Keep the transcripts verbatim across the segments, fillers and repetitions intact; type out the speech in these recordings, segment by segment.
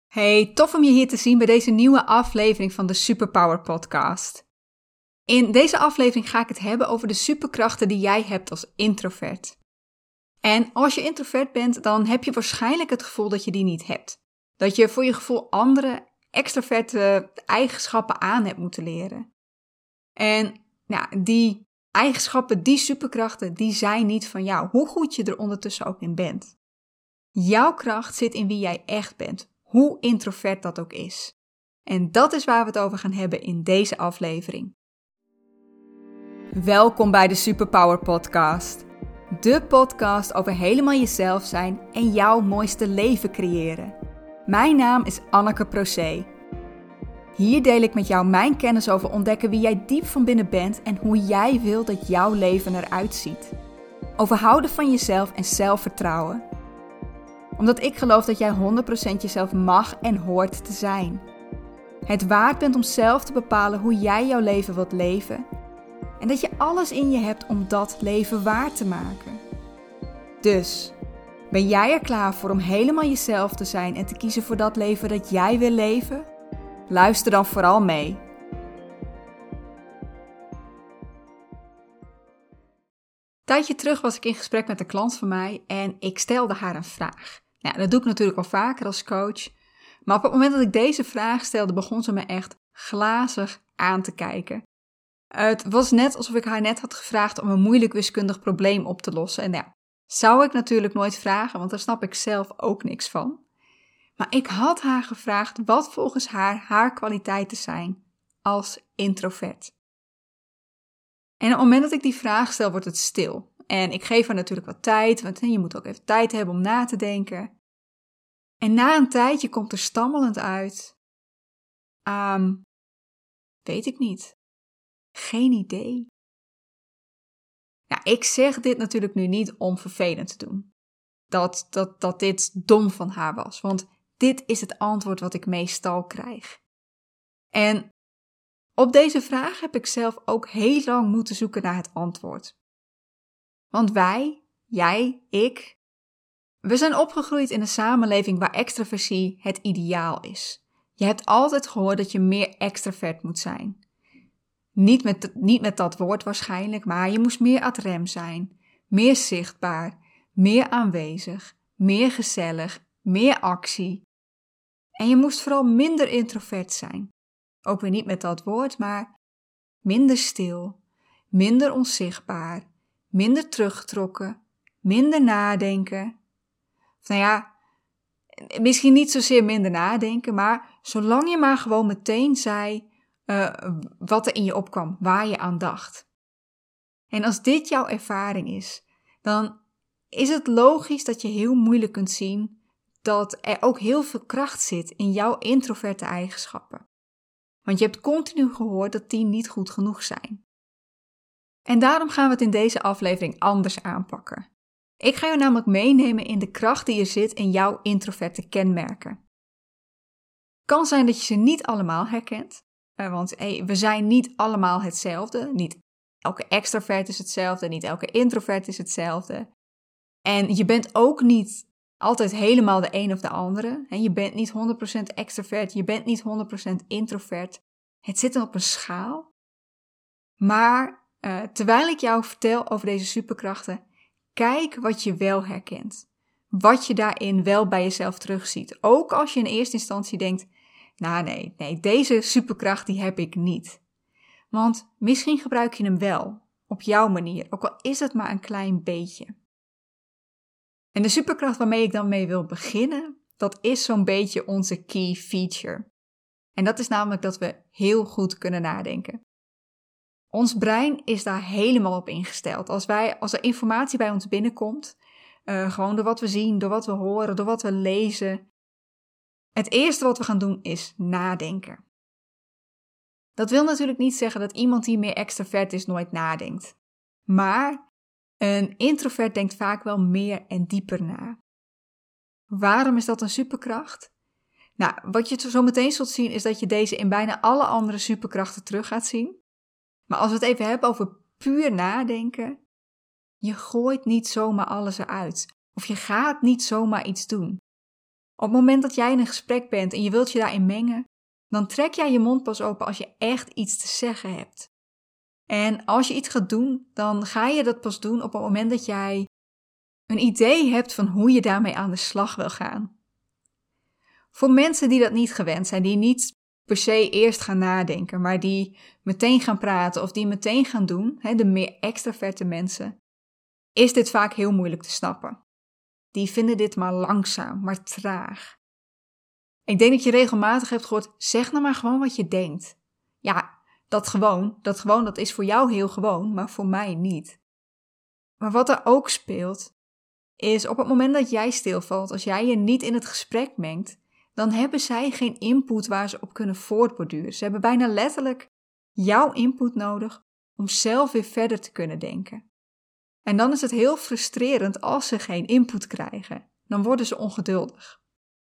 Hey, tof om je hier te zien bij deze nieuwe aflevering van de Superpower Podcast. In deze aflevering ga ik het hebben over de superkrachten die jij hebt als introvert. En als je introvert bent, dan heb je waarschijnlijk het gevoel dat je die niet hebt. Dat je voor je gevoel andere extroverte eigenschappen aan hebt moeten leren. En nou, die eigenschappen, die superkrachten, die zijn niet van jou, hoe goed je er ondertussen ook in bent. Jouw kracht zit in wie jij echt bent. Hoe introvert dat ook is. En dat is waar we het over gaan hebben in deze aflevering. Welkom bij de Superpower Podcast. De podcast over helemaal jezelf zijn en jouw mooiste leven creëren. Mijn naam is Anneke Procé. Hier deel ik met jou mijn kennis over ontdekken wie jij diep van binnen bent en hoe jij wil dat jouw leven eruit ziet. Over houden van jezelf en zelfvertrouwen. Omdat ik geloof dat jij honderd procent jezelf mag en hoort te zijn. Het waard bent om zelf te bepalen hoe jij jouw leven wilt leven. En dat je alles in je hebt om dat leven waar te maken. Dus, ben jij er klaar voor om helemaal jezelf te zijn en te kiezen voor dat leven dat jij wil leven? Luister dan vooral mee. Een tijdje terug was ik in gesprek met een klant van mij en ik stelde haar een vraag. Nou, dat doe ik natuurlijk al vaker als coach. Maar op het moment dat ik deze vraag stelde, begon ze me echt glazig aan te kijken. Het was net alsof ik haar net had gevraagd om een moeilijk wiskundig probleem op te lossen. En ja, zou ik natuurlijk nooit vragen, want daar snap ik zelf ook niks van. Maar ik had haar gevraagd wat volgens haar haar kwaliteiten zijn als introvert. En op het moment dat ik die vraag stel, wordt het stil. En ik geef haar natuurlijk wat tijd, want je moet ook even tijd hebben om na te denken. En na een tijdje komt er stammelend uit. Um, weet ik niet. Geen idee. Nou, ik zeg dit natuurlijk nu niet om vervelend te doen. Dat, dat, dat dit dom van haar was. Want dit is het antwoord wat ik meestal krijg. En op deze vraag heb ik zelf ook heel lang moeten zoeken naar het antwoord. Want wij, jij, ik, we zijn opgegroeid in een samenleving waar extraversie het ideaal is. Je hebt altijd gehoord dat je meer extravert moet zijn. Niet met, niet met dat woord waarschijnlijk, maar je moest meer ad rem zijn, meer zichtbaar, meer aanwezig, meer gezellig, meer actie. En je moest vooral minder introvert zijn. Ook weer niet met dat woord, maar minder stil, minder onzichtbaar, minder teruggetrokken, minder nadenken. Of nou ja, misschien niet zozeer minder nadenken, maar zolang je maar gewoon meteen zei uh, wat er in je opkwam, waar je aan dacht. En als dit jouw ervaring is, dan is het logisch dat je heel moeilijk kunt zien dat er ook heel veel kracht zit in jouw introverte eigenschappen. Want je hebt continu gehoord dat die niet goed genoeg zijn. En daarom gaan we het in deze aflevering anders aanpakken. Ik ga je namelijk meenemen in de kracht die er zit in jouw introverte kenmerken. Het kan zijn dat je ze niet allemaal herkent, want hey, we zijn niet allemaal hetzelfde. Niet elke extrovert is hetzelfde, niet elke introvert is hetzelfde. En je bent ook niet altijd helemaal de een of de andere. Je bent niet honderd procent extrovert, je bent niet honderd procent introvert. Het zit op een schaal. Maar uh, terwijl ik jou vertel over deze superkrachten, kijk wat je wel herkent. Wat je daarin wel bij jezelf terugziet. Ook als je in eerste instantie denkt, nou nee, nee, deze superkracht die heb ik niet. Want misschien gebruik je hem wel, op jouw manier, ook al is het maar een klein beetje. En de superkracht waarmee ik dan mee wil beginnen, dat is zo'n beetje onze key feature. En dat is namelijk dat we heel goed kunnen nadenken. Ons brein is daar helemaal op ingesteld. Als, wij, als er informatie bij ons binnenkomt, uh, gewoon door wat we zien, door wat we horen, door wat we lezen. Het eerste wat we gaan doen is nadenken. Dat wil natuurlijk niet zeggen dat iemand die meer extravert is nooit nadenkt. Maar een introvert denkt vaak wel meer en dieper na. Waarom is dat een superkracht? Nou, wat je zo meteen zult zien is dat je deze in bijna alle andere superkrachten terug gaat zien. Maar als we het even hebben over puur nadenken, je gooit niet zomaar alles eruit. Of je gaat niet zomaar iets doen. Op het moment dat jij in een gesprek bent en je wilt je daarin mengen, dan trek jij je mond pas open als je echt iets te zeggen hebt. En als je iets gaat doen, dan ga je dat pas doen op het moment dat jij een idee hebt van hoe je daarmee aan de slag wil gaan. Voor mensen die dat niet gewend zijn, die niet per se eerst gaan nadenken, maar die meteen gaan praten of die meteen gaan doen, hè, de meer extraverte mensen, is dit vaak heel moeilijk te snappen. Die vinden dit maar langzaam, maar traag. Ik denk dat je regelmatig hebt gehoord, zeg nou maar gewoon wat je denkt. Ja, dat gewoon, dat gewoon, dat is voor jou heel gewoon, maar voor mij niet. Maar wat er ook speelt, is op het moment dat jij stilvalt, als jij je niet in het gesprek mengt, dan hebben zij geen input waar ze op kunnen voortborduren. Ze hebben bijna letterlijk jouw input nodig om zelf weer verder te kunnen denken. En dan is het heel frustrerend als ze geen input krijgen. Dan worden ze ongeduldig.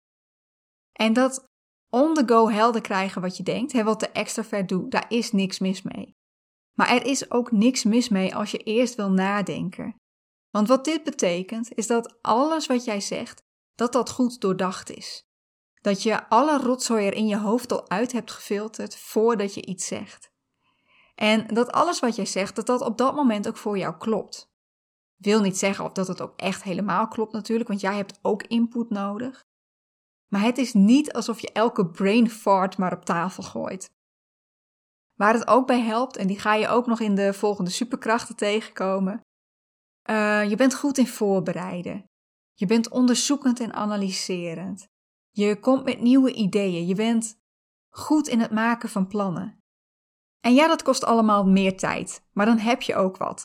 En dat on the go helder krijgen wat je denkt, hè, wat de extravert doet, daar is niks mis mee. Maar er is ook niks mis mee als je eerst wil nadenken. Want wat dit betekent, is dat alles wat jij zegt, dat dat goed doordacht is. Dat je alle rotzooi er in je hoofd al uit hebt gefilterd voordat je iets zegt. En dat alles wat jij zegt, dat dat op dat moment ook voor jou klopt. Wil niet zeggen of dat het ook echt helemaal klopt natuurlijk, want jij hebt ook input nodig. Maar het is niet alsof je elke brain fart maar op tafel gooit. Waar het ook bij helpt, en die ga je ook nog in de volgende superkrachten tegenkomen. Uh, je bent goed in voorbereiden. Je bent onderzoekend en analyserend. Je komt met nieuwe ideeën. Je bent goed in het maken van plannen. En ja, dat kost allemaal meer tijd, maar dan heb je ook wat.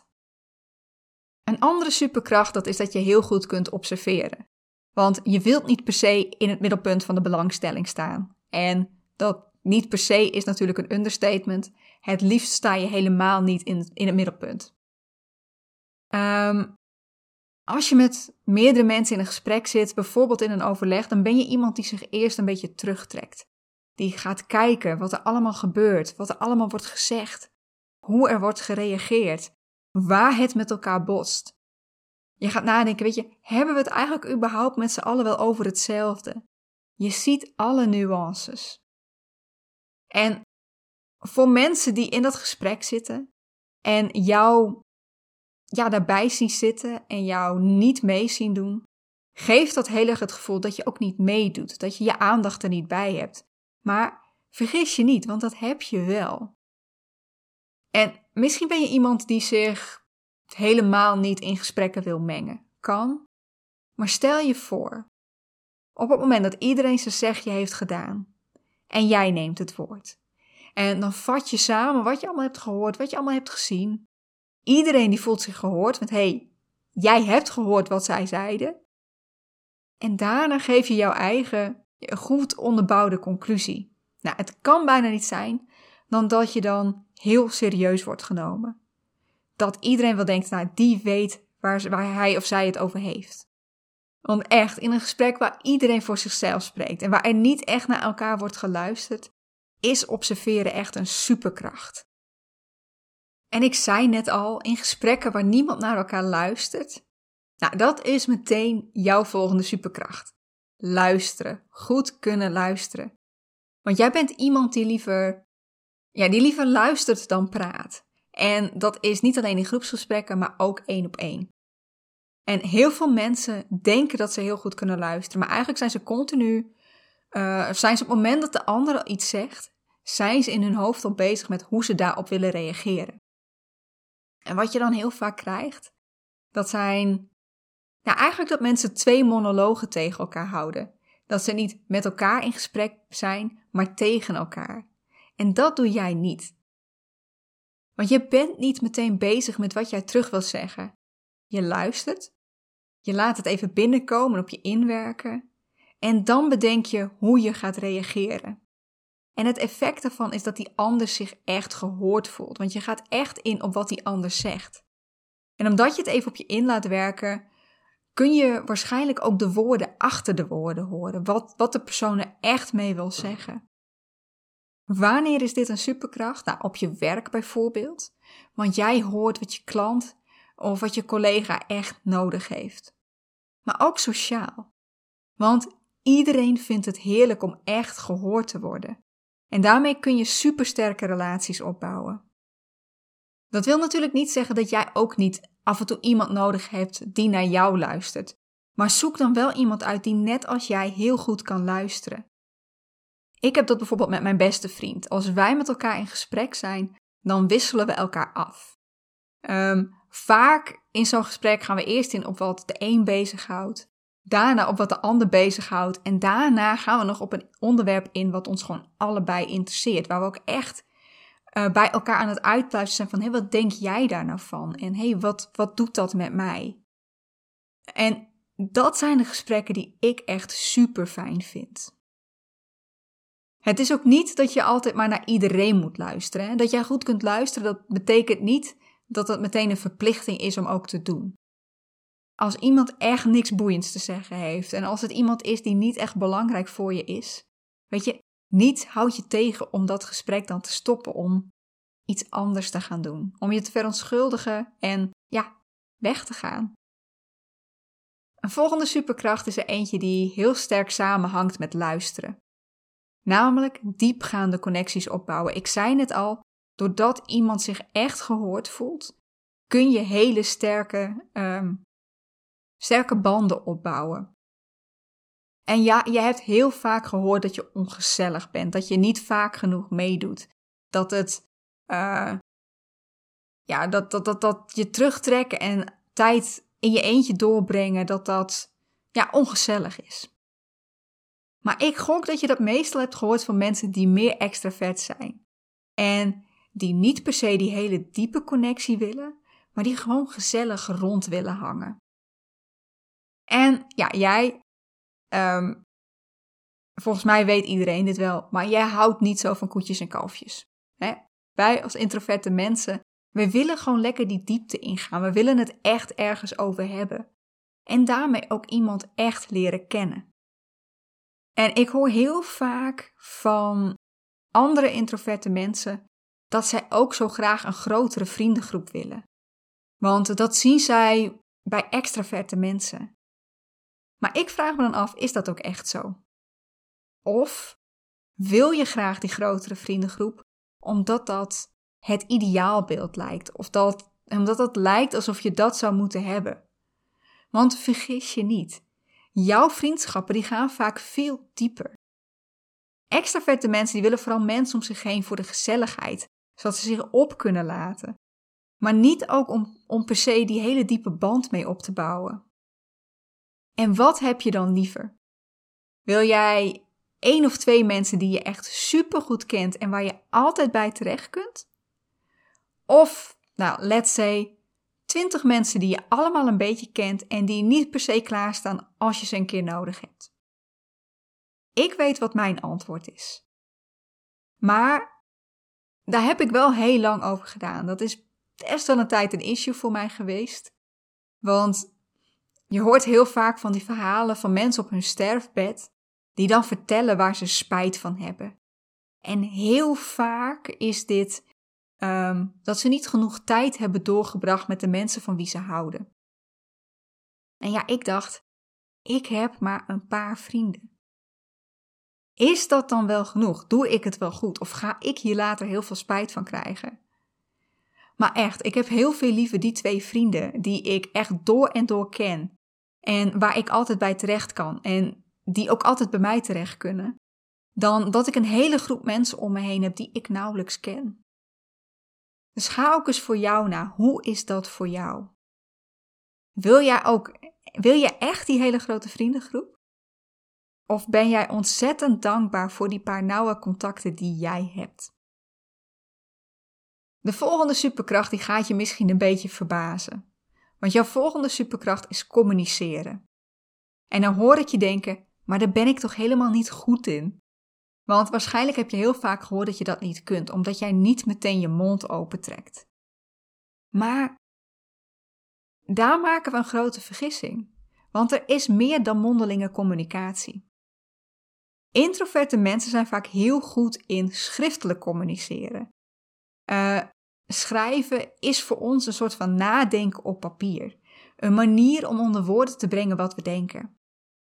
Een andere superkracht, dat is dat je heel goed kunt observeren. Want je wilt niet per se in het middelpunt van de belangstelling staan. En dat niet per se is natuurlijk een understatement. Het liefst sta je helemaal niet in het, in het middelpunt. Um, als je met meerdere mensen in een gesprek zit, bijvoorbeeld in een overleg, dan ben je iemand die zich eerst een beetje terugtrekt. Die gaat kijken wat er allemaal gebeurt, wat er allemaal wordt gezegd, hoe er wordt gereageerd, waar het met elkaar botst. Je gaat nadenken, weet je, hebben we het eigenlijk überhaupt met z'n allen wel over hetzelfde? Je ziet alle nuances. En voor mensen die in dat gesprek zitten en jou ja, daarbij zien zitten en jou niet mee zien doen, geeft dat heel erg het gevoel dat je ook niet meedoet, dat je je aandacht er niet bij hebt. Maar vergis je niet, want dat heb je wel. En misschien ben je iemand die zich helemaal niet in gesprekken wil mengen. Kan. Maar stel je voor, op het moment dat iedereen zijn zegje heeft gedaan en jij neemt het woord. En dan vat je samen wat je allemaal hebt gehoord, wat je allemaal hebt gezien. Iedereen die voelt zich gehoord, want hé, hey, jij hebt gehoord wat zij zeiden. En daarna geef je jouw eigen goed onderbouwde conclusie. Nou, het kan bijna niet zijn dan dat je dan heel serieus wordt genomen. Dat iedereen wel denkt, nou, die weet waar, waar hij of zij het over heeft. Want echt, in een gesprek waar iedereen voor zichzelf spreekt en waar er niet echt naar elkaar wordt geluisterd, is observeren echt een superkracht. En ik zei net al, in gesprekken waar niemand naar elkaar luistert, nou, dat is meteen jouw volgende superkracht. Luisteren, goed kunnen luisteren. Want jij bent iemand die liever, ja, die liever luistert dan praat. En dat is niet alleen in groepsgesprekken, maar ook één op één. En heel veel mensen denken dat ze heel goed kunnen luisteren, maar eigenlijk zijn ze continu, uh, zijn ze op het moment dat de ander iets zegt, zijn ze in hun hoofd al bezig met hoe ze daarop willen reageren. En wat je dan heel vaak krijgt, dat zijn, nou eigenlijk dat mensen twee monologen tegen elkaar houden. Dat ze niet met elkaar in gesprek zijn, maar tegen elkaar. En dat doe jij niet. Want je bent niet meteen bezig met wat jij terug wil zeggen. Je luistert, je laat het even binnenkomen, op je inwerken en dan bedenk je hoe je gaat reageren. En het effect daarvan is dat die ander zich echt gehoord voelt, want je gaat echt in op wat die ander zegt. En omdat je het even op je in laat werken, kun je waarschijnlijk ook de woorden achter de woorden horen, wat, wat de persoon er echt mee wil zeggen. Wanneer is dit een superkracht? Nou, op je werk bijvoorbeeld, want jij hoort wat je klant of wat je collega echt nodig heeft. Maar ook sociaal. Want iedereen vindt het heerlijk om echt gehoord te worden. En daarmee kun je supersterke relaties opbouwen. Dat wil natuurlijk niet zeggen dat jij ook niet af en toe iemand nodig hebt die naar jou luistert. Maar zoek dan wel iemand uit die net als jij heel goed kan luisteren. Ik heb dat bijvoorbeeld met mijn beste vriend. Als wij met elkaar in gesprek zijn, dan wisselen we elkaar af. Um, vaak in zo'n gesprek gaan we eerst in op wat de een bezighoudt, daarna op wat de ander bezighoudt en daarna gaan we nog op een onderwerp in wat ons gewoon allebei interesseert. Waar we ook echt uh, bij elkaar aan het uitpluizen zijn van, hé, hey, wat denk jij daar nou van? En hé, hey, wat, wat doet dat met mij? En dat zijn de gesprekken die ik echt super fijn vind. Het is ook niet dat je altijd maar naar iedereen moet luisteren. Hè? Dat jij goed kunt luisteren, dat betekent niet dat het meteen een verplichting is om ook te doen. Als iemand echt niks boeiends te zeggen heeft en als het iemand is die niet echt belangrijk voor je is, weet je, niets houdt je tegen om dat gesprek dan te stoppen, om iets anders te gaan doen. Om je te verontschuldigen en ja, weg te gaan. Een volgende superkracht is er eentje die heel sterk samenhangt met luisteren. Namelijk diepgaande connecties opbouwen. Ik zei net al, doordat iemand zich echt gehoord voelt, kun je hele sterke, um, sterke banden opbouwen. En ja, je hebt heel vaak gehoord dat je ongezellig bent, dat je niet vaak genoeg meedoet, dat het, uh, ja, dat, dat, dat, dat je terugtrekken en tijd in je eentje doorbrengen, dat dat, ja, ongezellig is. Maar ik gok dat je dat meestal hebt gehoord van mensen die meer extravert zijn. En die niet per se die hele diepe connectie willen, maar die gewoon gezellig rond willen hangen. En ja, jij, um, volgens mij weet iedereen dit wel, maar jij houdt niet zo van koetjes en kalfjes. Hè? Wij als introverte mensen, we willen gewoon lekker die diepte ingaan. We willen het echt ergens over hebben. En daarmee ook iemand echt leren kennen. En ik hoor heel vaak van andere introverte mensen dat zij ook zo graag een grotere vriendengroep willen. Want dat zien zij bij extraverte mensen. Maar ik vraag me dan af, is dat ook echt zo? Of wil je graag die grotere vriendengroep omdat dat het ideaalbeeld lijkt? Of dat, omdat het lijkt alsof je dat zou moeten hebben? Want vergis je niet. Jouw vriendschappen die gaan vaak veel dieper. Extraverte mensen die willen vooral mensen om zich heen voor de gezelligheid, zodat ze zich op kunnen laten. Maar niet ook om, om per se die hele diepe band mee op te bouwen. En wat heb je dan liever? Wil jij één of twee mensen die je echt supergoed kent en waar je altijd bij terecht kunt? Of, nou, let's say, twintig mensen die je allemaal een beetje kent en die niet per se klaarstaan als je ze een keer nodig hebt. Ik weet wat mijn antwoord is. Maar daar heb ik wel heel lang over gedaan. Dat is best wel een tijd een issue voor mij geweest. Want je hoort heel vaak van die verhalen van mensen op hun sterfbed die dan vertellen waar ze spijt van hebben. En heel vaak is dit Um, dat ze niet genoeg tijd hebben doorgebracht met de mensen van wie ze houden. En ja, ik dacht, ik heb maar een paar vrienden. Is dat dan wel genoeg? Doe ik het wel goed? Of ga ik hier later heel veel spijt van krijgen? Maar echt, ik heb heel veel liever die twee vrienden die ik echt door en door ken. En waar ik altijd bij terecht kan. En die ook altijd bij mij terecht kunnen. Dan dat ik een hele groep mensen om me heen heb die ik nauwelijks ken. Dus ga ook eens voor jou na. Hoe is dat voor jou? Wil jij ook, wil je echt die hele grote vriendengroep? Of ben jij ontzettend dankbaar voor die paar nauwe contacten die jij hebt? De volgende superkracht die gaat je misschien een beetje verbazen. Want jouw volgende superkracht is communiceren. En dan hoor ik je denken, maar daar ben ik toch helemaal niet goed in? Want waarschijnlijk heb je heel vaak gehoord dat je dat niet kunt, omdat jij niet meteen je mond opentrekt. Maar daar maken we een grote vergissing, want er is meer dan mondelinge communicatie. Introverte mensen zijn vaak heel goed in schriftelijk communiceren. Uh, schrijven is voor ons een soort van nadenken op papier, een manier om onder woorden te brengen wat we denken.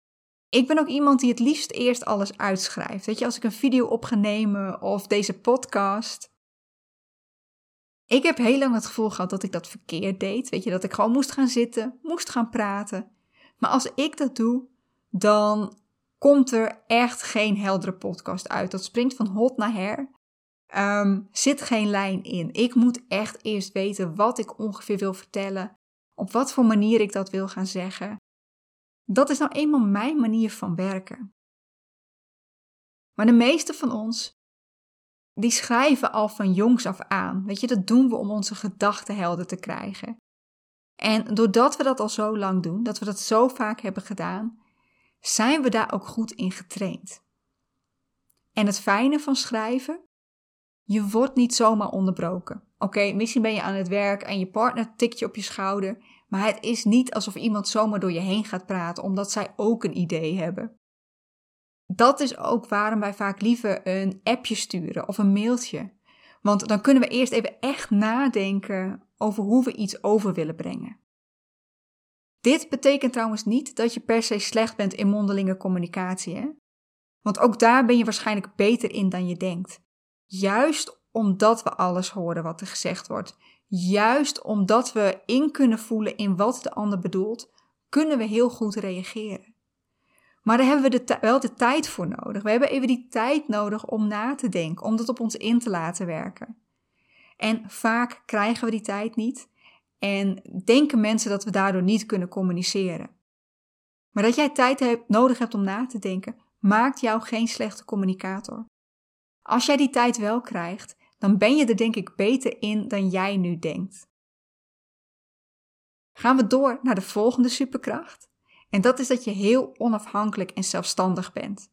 Ik ben ook iemand die het liefst eerst alles uitschrijft. Weet je, als ik een video op ga nemen of deze podcast. Ik heb heel lang het gevoel gehad dat ik dat verkeerd deed. Weet je, dat ik gewoon moest gaan zitten, moest gaan praten. Maar als ik dat doe, dan komt er echt geen heldere podcast uit. Dat springt van hot naar her. Um, zit geen lijn in. Ik moet echt eerst weten wat ik ongeveer wil vertellen. Op wat voor manier ik dat wil gaan zeggen. Dat is nou eenmaal mijn manier van werken. Maar de meeste van ons, die schrijven al van jongs af aan. Weet je, dat doen we om onze gedachten helder te krijgen. En doordat we dat al zo lang doen, dat we dat zo vaak hebben gedaan, zijn we daar ook goed in getraind. En het fijne van schrijven, je wordt niet zomaar onderbroken. Oké, okay, misschien ben je aan het werk en je partner tikt je op je schouder, maar het is niet alsof iemand zomaar door je heen gaat praten, omdat zij ook een idee hebben. Dat is ook waarom wij vaak liever een appje sturen of een mailtje. Want dan kunnen we eerst even echt nadenken over hoe we iets over willen brengen. Dit betekent trouwens niet dat je per se slecht bent in mondelinge communicatie, hè? Want ook daar ben je waarschijnlijk beter in dan je denkt. Juist omdat we alles horen wat er gezegd wordt. Juist omdat we in kunnen voelen in wat de ander bedoelt, kunnen we heel goed reageren. Maar daar hebben we de t- wel de tijd voor nodig. We hebben even die tijd nodig om na te denken, om dat op ons in te laten werken. En vaak krijgen we die tijd niet en denken mensen dat we daardoor niet kunnen communiceren. Maar dat jij tijd hebt, nodig hebt om na te denken, maakt jou geen slechte communicator. Als jij die tijd wel krijgt, dan ben je er denk ik beter in dan jij nu denkt. Gaan we door naar de volgende superkracht. En dat is dat je heel onafhankelijk en zelfstandig bent.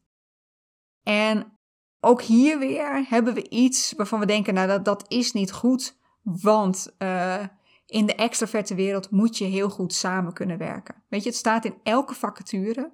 En ook hier weer hebben we iets waarvan we denken, nou dat, dat is niet goed, want uh, in de extraverte wereld moet je heel goed samen kunnen werken. Weet je, het staat in elke vacature.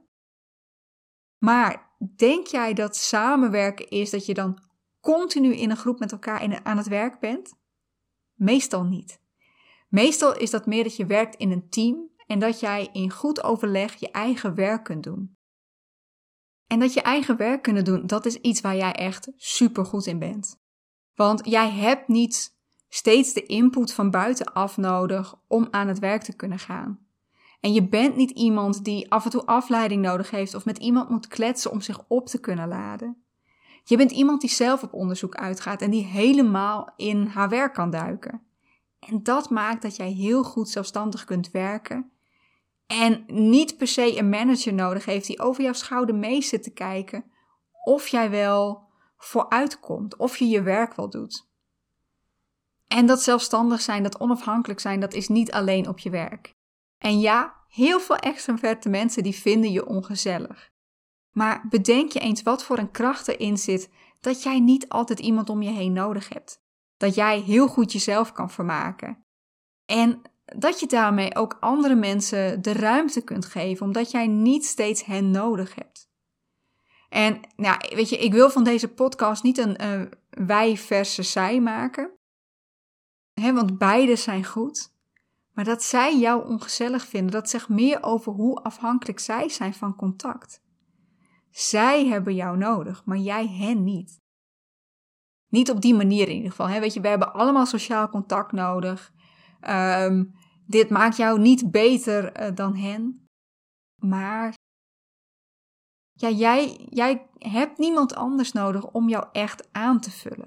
Maar denk jij dat samenwerken is dat je dan continu in een groep met elkaar in, aan het werk bent? Meestal niet. Meestal is dat meer dat je werkt in een team en dat jij in goed overleg je eigen werk kunt doen. En dat je eigen werk kunnen doen, dat is iets waar jij echt supergoed in bent. Want jij hebt niet steeds de input van buitenaf nodig om aan het werk te kunnen gaan. En je bent niet iemand die af en toe afleiding nodig heeft of met iemand moet kletsen om zich op te kunnen laden. Je bent iemand die zelf op onderzoek uitgaat en die helemaal in haar werk kan duiken. En dat maakt dat jij heel goed zelfstandig kunt werken en niet per se een manager nodig heeft die over jouw schouder mee zit te kijken of jij wel vooruitkomt, of je je werk wel doet. En dat zelfstandig zijn, dat onafhankelijk zijn, dat is niet alleen op je werk. En ja, heel veel extraverte mensen die vinden je ongezellig. Maar bedenk je eens wat voor een kracht erin zit dat jij niet altijd iemand om je heen nodig hebt. Dat jij heel goed jezelf kan vermaken. En dat je daarmee ook andere mensen de ruimte kunt geven, omdat jij niet steeds hen nodig hebt. En nou, weet je, ik wil van deze podcast niet een uh, wij versus zij maken. Hè, want beide zijn goed. Maar dat zij jou ongezellig vinden, dat zegt meer over hoe afhankelijk zij zijn van contact. Zij hebben jou nodig, maar jij hen niet. Niet op die manier in ieder geval. Hè? Weet je, we hebben allemaal sociaal contact nodig. Um, dit maakt jou niet beter uh, dan hen. Maar ja, jij, jij hebt niemand anders nodig om jou echt aan te vullen.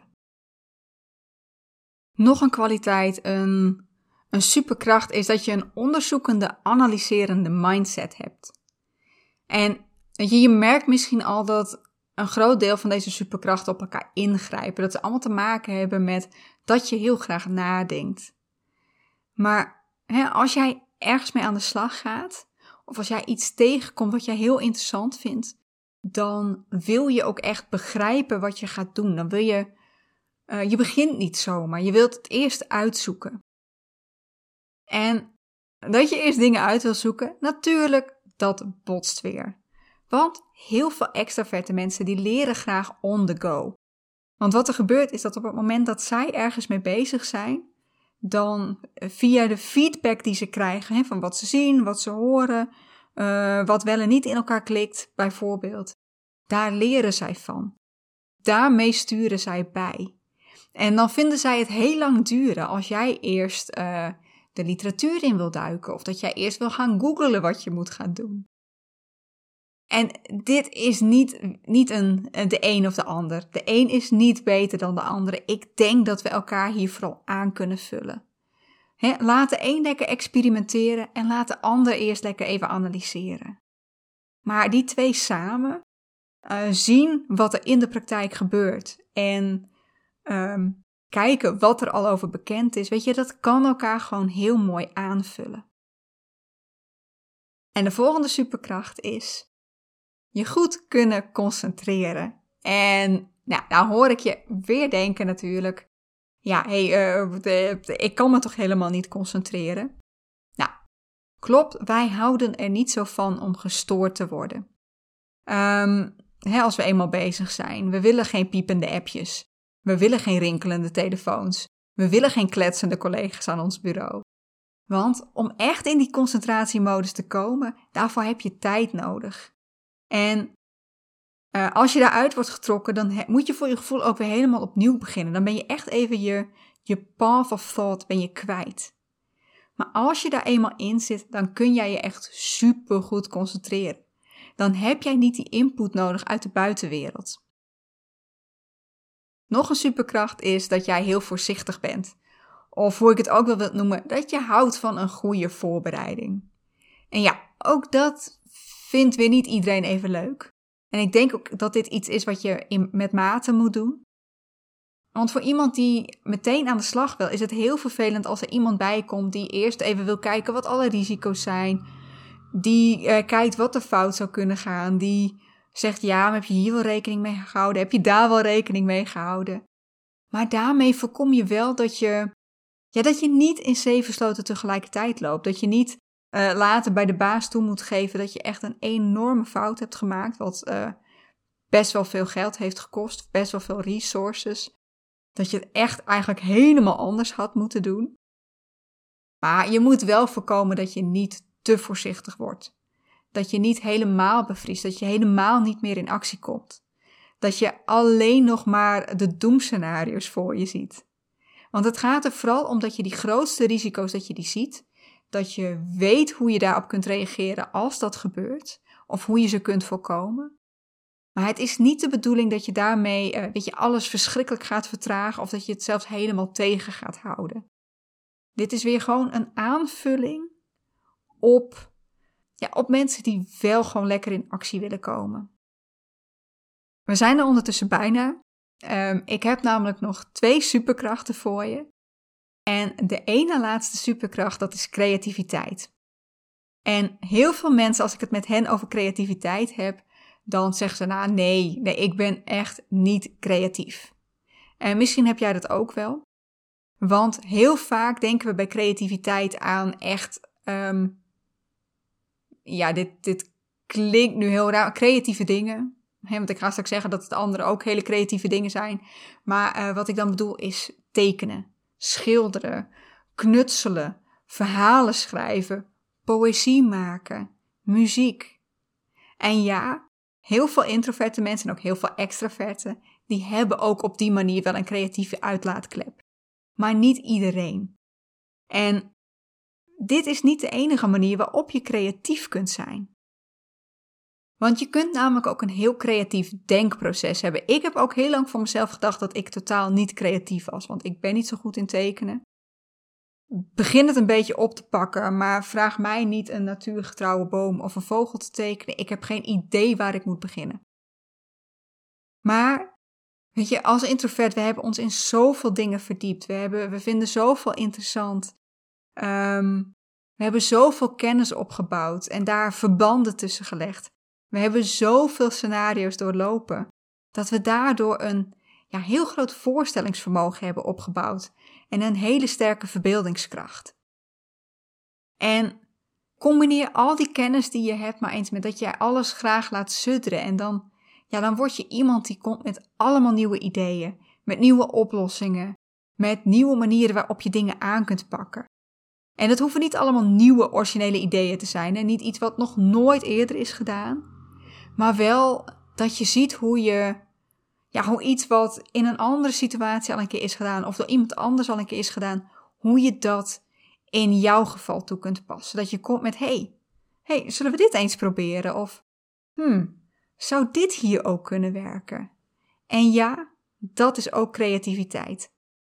Nog een kwaliteit, een, een superkracht is dat je een onderzoekende, analyserende mindset hebt. En weet je, je merkt misschien al dat een groot deel van deze superkrachten op elkaar ingrijpen. Dat ze allemaal te maken hebben met dat je heel graag nadenkt. Maar hè, als jij ergens mee aan de slag gaat, of als jij iets tegenkomt wat jij heel interessant vindt, dan wil je ook echt begrijpen wat je gaat doen. Dan wil je, uh, je begint niet zomaar. Je wilt het eerst uitzoeken. En dat je eerst dingen uit wil zoeken, natuurlijk, dat botst weer. Want heel veel extraverte mensen die leren graag on the go. Want wat er gebeurt is dat op het moment dat zij ergens mee bezig zijn, dan via de feedback die ze krijgen, hè, van wat ze zien, wat ze horen, uh, wat wel en niet in elkaar klikt, bijvoorbeeld. Daar leren zij van. Daarmee sturen zij bij. En dan vinden zij het heel lang duren als jij eerst uh, de literatuur in wil duiken. Of dat jij eerst wil gaan googlen wat je moet gaan doen. En dit is niet, niet een, de een of de ander. De een is niet beter dan de andere. Ik denk dat we elkaar hier vooral aan kunnen vullen. He, laat de een lekker experimenteren en laat de ander eerst lekker even analyseren. Maar die twee samen uh, zien wat er in de praktijk gebeurt en um, kijken wat er al over bekend is. Weet je, dat kan elkaar gewoon heel mooi aanvullen. En de volgende superkracht is je goed kunnen concentreren. En nou, nou hoor ik je weer denken natuurlijk. Ja, hé, hey, uh, de, de, ik kan me toch helemaal niet concentreren? Nou, klopt, wij houden er niet zo van om gestoord te worden. Um, hè, als we eenmaal bezig zijn. We willen geen piepende appjes. We willen geen rinkelende telefoons. We willen geen kletsende collega's aan ons bureau. Want om echt in die concentratiemodus te komen, daarvoor heb je tijd nodig. En uh, als je daaruit wordt getrokken, dan he, moet je voor je gevoel ook weer helemaal opnieuw beginnen. Dan ben je echt even je, je path of thought ben je kwijt. Maar als je daar eenmaal in zit, dan kun jij je echt supergoed concentreren. Dan heb jij niet die input nodig uit de buitenwereld. Nog een superkracht is dat jij heel voorzichtig bent. Of hoe ik het ook wel wil noemen, dat je houdt van een goede voorbereiding. En ja, ook dat vindt weer niet iedereen even leuk. En ik denk ook dat dit iets is wat je in, met mate moet doen. Want voor iemand die meteen aan de slag wil, is het heel vervelend als er iemand bij komt die eerst even wil kijken wat alle risico's zijn. Die uh, kijkt wat er fout zou kunnen gaan. Die zegt, ja, maar heb je hier wel rekening mee gehouden? Heb je daar wel rekening mee gehouden? Maar daarmee voorkom je wel dat je, ja, dat je niet in zeven sloten tegelijkertijd loopt. Dat je niet uh, later bij de baas toe moet geven dat je echt een enorme fout hebt gemaakt. Wat uh, best wel veel geld heeft gekost. Best wel veel resources. Dat je het echt eigenlijk helemaal anders had moeten doen. Maar je moet wel voorkomen dat je niet te voorzichtig wordt. Dat je niet helemaal bevriest. Dat je helemaal niet meer in actie komt. Dat je alleen nog maar de doemscenario's voor je ziet. Want het gaat er vooral om dat je die grootste risico's, dat je die ziet. Dat je weet hoe je daarop kunt reageren als dat gebeurt. Of hoe je ze kunt voorkomen. Maar het is niet de bedoeling dat je daarmee uh, dat je alles verschrikkelijk gaat vertragen. Of dat je het zelfs helemaal tegen gaat houden. Dit is weer gewoon een aanvulling op, ja, op mensen die wel gewoon lekker in actie willen komen. We zijn er ondertussen bijna. Um, ik heb namelijk nog twee superkrachten voor je. En de ene laatste superkracht, dat is creativiteit. En heel veel mensen, als ik het met hen over creativiteit heb, dan zeggen ze, nou nee, nee, ik ben echt niet creatief. En misschien heb jij dat ook wel. Want heel vaak denken we bij creativiteit aan echt, um, ja, dit, dit klinkt nu heel raar, creatieve dingen. He, want ik ga straks zeggen dat het andere ook hele creatieve dingen zijn. Maar uh, wat ik dan bedoel is tekenen, schilderen, knutselen, verhalen schrijven, poëzie maken, muziek. En ja, heel veel introverte mensen en ook heel veel extraverte, die hebben ook op die manier wel een creatieve uitlaatklep. Maar niet iedereen. En dit is niet de enige manier waarop je creatief kunt zijn. Want je kunt namelijk ook een heel creatief denkproces hebben. Ik heb ook heel lang voor mezelf gedacht dat ik totaal niet creatief was. Want ik ben niet zo goed in tekenen. Begin het een beetje op te pakken, maar vraag mij niet een natuurgetrouwe boom of een vogel te tekenen. Ik heb geen idee waar ik moet beginnen. Maar, weet je, als introvert, we hebben ons in zoveel dingen verdiept. We, hebben, we vinden zoveel interessant. Um, we hebben zoveel kennis opgebouwd en daar verbanden tussen gelegd. We hebben zoveel scenario's doorlopen, dat we daardoor een ja, heel groot voorstellingsvermogen hebben opgebouwd en een hele sterke verbeeldingskracht. En combineer al die kennis die je hebt maar eens met dat jij alles graag laat sudderen en dan, ja, dan word je iemand die komt met allemaal nieuwe ideeën, met nieuwe oplossingen, met nieuwe manieren waarop je dingen aan kunt pakken. En het hoeven niet allemaal nieuwe, originele ideeën te zijn. En niet iets wat nog nooit eerder is gedaan. Maar wel dat je ziet hoe je, ja, hoe iets wat in een andere situatie al een keer is gedaan, of door iemand anders al een keer is gedaan, hoe je dat in jouw geval toe kunt passen. Dat je komt met, hey, hey, zullen we dit eens proberen? Of, hmm, zou dit hier ook kunnen werken? En ja, dat is ook creativiteit.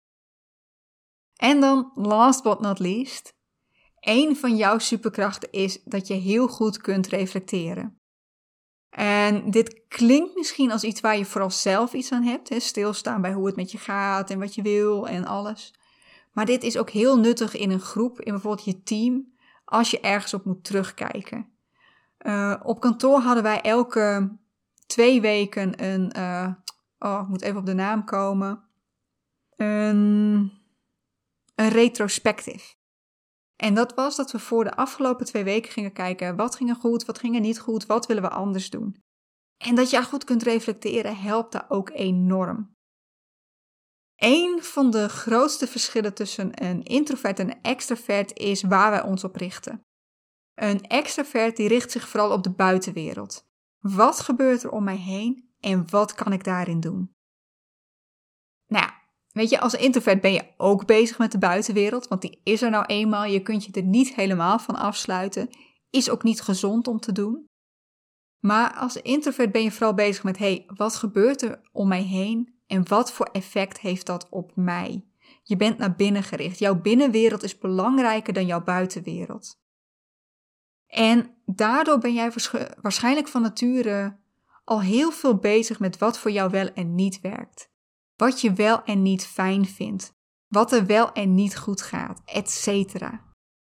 En dan, last but not least, één van jouw superkrachten is dat je heel goed kunt reflecteren. En dit klinkt misschien als iets waar je vooral zelf iets aan hebt, hè? Stilstaan bij hoe het met je gaat en wat je wil en alles. Maar dit is ook heel nuttig in een groep, in bijvoorbeeld je team, als je ergens op moet terugkijken. Uh, op kantoor hadden wij elke twee weken een, uh, oh, ik moet even op de naam komen, een, een retrospective. En dat was dat we voor de afgelopen twee weken gingen kijken, wat ging er goed, wat ging er niet goed, wat willen we anders doen. En dat je goed kunt reflecteren helpt daar ook enorm. Eén van de grootste verschillen tussen een introvert en een extrovert is waar wij ons op richten. Een extrovert die richt zich vooral op de buitenwereld. Wat gebeurt er om mij heen en wat kan ik daarin doen? Nou ja, weet je, als introvert ben je ook bezig met de buitenwereld, want die is er nou eenmaal. Je kunt je er niet helemaal van afsluiten. Is ook niet gezond om te doen. Maar als introvert ben je vooral bezig met, hé, hey, wat gebeurt er om mij heen en wat voor effect heeft dat op mij? Je bent naar binnen gericht. Jouw binnenwereld is belangrijker dan jouw buitenwereld. En daardoor ben jij waarschijnlijk van nature al heel veel bezig met wat voor jou wel en niet werkt. Wat je wel en niet fijn vindt. Wat er wel en niet goed gaat, et cetera.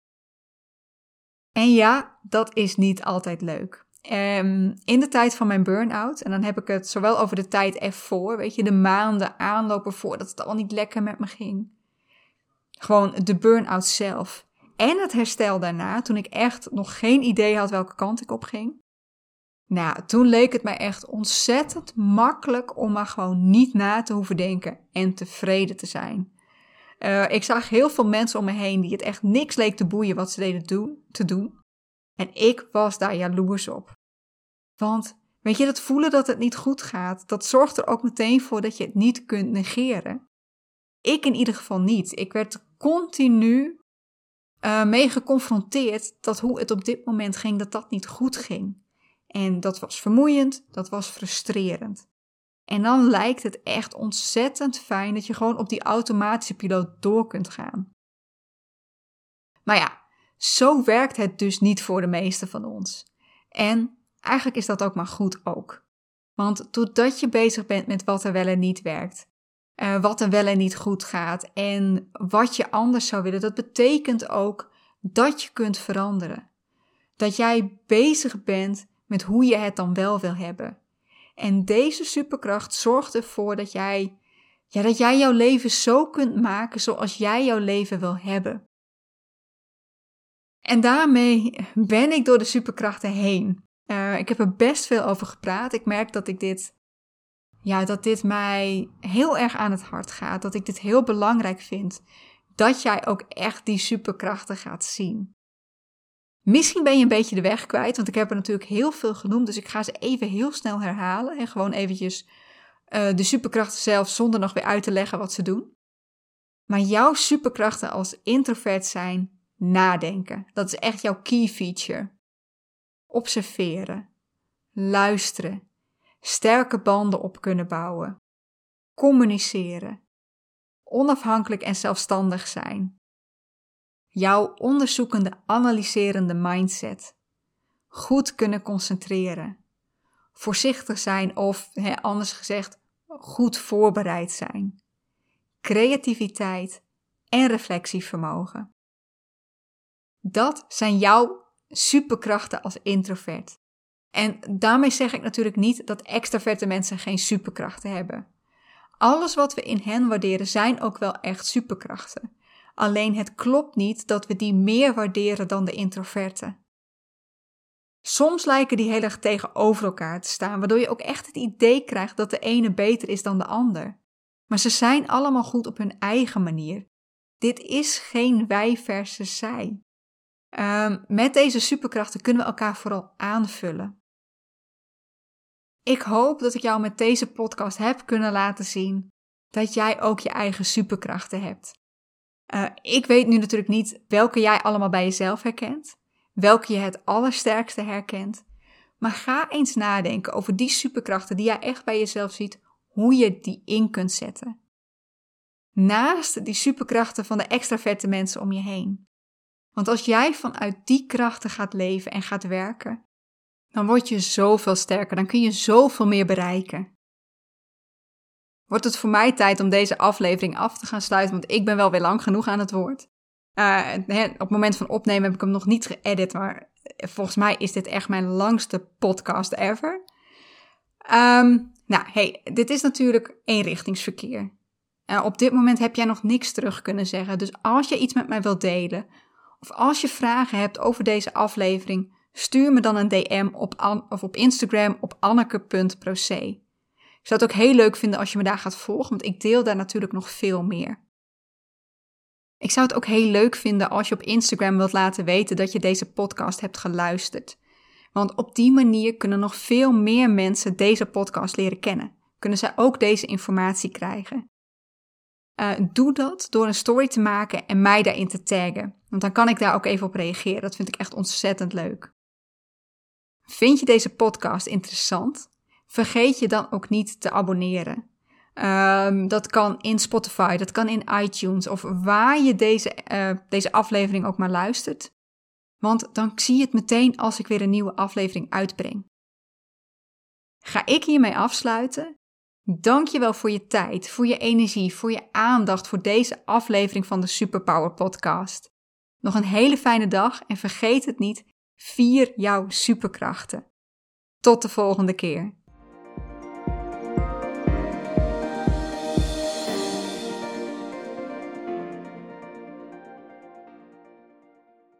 En ja, dat is niet altijd leuk. Um, in de tijd van mijn burn-out, en dan heb ik het zowel over de tijd ervoor, weet je, de maanden aanlopen voordat het al niet lekker met me ging. Gewoon de burn-out zelf. En het herstel daarna, toen ik echt nog geen idee had welke kant ik op ging. Nou, toen leek het mij echt ontzettend makkelijk om maar gewoon niet na te hoeven denken en tevreden te zijn. Uh, ik zag heel veel mensen om me heen die het echt niks leek te boeien wat ze deden doen, te doen. En ik was daar jaloers op. Want, weet je, dat voelen dat het niet goed gaat, dat zorgt er ook meteen voor dat je het niet kunt negeren. Ik in ieder geval niet. Ik werd continu uh, mee geconfronteerd dat hoe het op dit moment ging, dat dat niet goed ging. En dat was vermoeiend, dat was frustrerend. En dan lijkt het echt ontzettend fijn dat je gewoon op die automatische piloot door kunt gaan. Maar ja, zo werkt het dus niet voor de meeste van ons. En eigenlijk is dat ook maar goed ook. Want doordat je bezig bent met wat er wel en niet werkt, uh, wat er wel en niet goed gaat en wat je anders zou willen, dat betekent ook dat je kunt veranderen. Dat jij bezig bent met hoe je het dan wel wil hebben. En deze superkracht zorgt ervoor dat jij, ja, dat jij jouw leven zo kunt maken zoals jij jouw leven wil hebben. En daarmee ben ik door de superkrachten heen. Uh, ik heb er best veel over gepraat. Ik merk dat ik dit, ja, dat dit mij heel erg aan het hart gaat. Dat ik dit heel belangrijk vind. Dat jij ook echt die superkrachten gaat zien. Misschien ben je een beetje de weg kwijt, want ik heb er natuurlijk heel veel genoemd. Dus ik ga ze even heel snel herhalen. En gewoon eventjes uh, de superkrachten zelf zonder nog weer uit te leggen wat ze doen. Maar jouw superkrachten als introvert zijn nadenken. Dat is echt jouw key feature. Observeren. Luisteren. Sterke banden op kunnen bouwen. Communiceren. Onafhankelijk en zelfstandig zijn. Jouw onderzoekende, analyserende mindset. Goed kunnen concentreren. Voorzichtig zijn of, hè, anders gezegd, goed voorbereid zijn. Creativiteit en reflectievermogen. Dat zijn jouw superkrachten als introvert. En daarmee zeg ik natuurlijk niet dat extraverte mensen geen superkrachten hebben. Alles wat we in hen waarderen zijn ook wel echt superkrachten. Alleen het klopt niet dat we die meer waarderen dan de introverten. Soms lijken die heel erg tegenover elkaar te staan, waardoor je ook echt het idee krijgt dat de ene beter is dan de ander. Maar ze zijn allemaal goed op hun eigen manier. Dit is geen wij versus zij. Um, met deze superkrachten kunnen we elkaar vooral aanvullen. Ik hoop dat ik jou met deze podcast heb kunnen laten zien dat jij ook je eigen superkrachten hebt. Uh, ik weet nu natuurlijk niet welke jij allemaal bij jezelf herkent, welke je het allersterkste herkent, maar ga eens nadenken over die superkrachten die jij echt bij jezelf ziet, hoe je die in kunt zetten. Naast die superkrachten van de extraverte mensen om je heen. Want als jij vanuit die krachten gaat leven en gaat werken, dan word je zoveel sterker, dan kun je zoveel meer bereiken. Wordt het voor mij tijd om deze aflevering af te gaan sluiten, want ik ben wel weer lang genoeg aan het woord. Uh, op het moment van opnemen heb ik hem nog niet geëdit, maar volgens mij is dit echt mijn langste podcast ever. Um, nou, hey, dit is natuurlijk eenrichtingsverkeer. Uh, op dit moment heb jij nog niks terug kunnen zeggen, dus als je iets met mij wilt delen, of als je vragen hebt over deze aflevering, stuur me dan een D M op, An- of op Instagram op anneke punt proce. Ik zou het ook heel leuk vinden als je me daar gaat volgen, want ik deel daar natuurlijk nog veel meer. Ik zou het ook heel leuk vinden als je op Instagram wilt laten weten dat je deze podcast hebt geluisterd. Want op die manier kunnen nog veel meer mensen deze podcast leren kennen. Kunnen zij ook deze informatie krijgen. Uh, doe dat door een story te maken en mij daarin te taggen. Want dan kan ik daar ook even op reageren. Dat vind ik echt ontzettend leuk. Vind je deze podcast interessant? Vergeet je dan ook niet te abonneren. Um, dat kan in Spotify, dat kan in iTunes of waar je deze, uh, deze aflevering ook maar luistert. Want dan zie je het meteen als ik weer een nieuwe aflevering uitbreng. Ga ik hiermee afsluiten? Dank je wel voor je tijd, voor je energie, voor je aandacht voor deze aflevering van de Superpower Podcast. Nog een hele fijne dag en vergeet het niet, vier jouw superkrachten. Tot de volgende keer.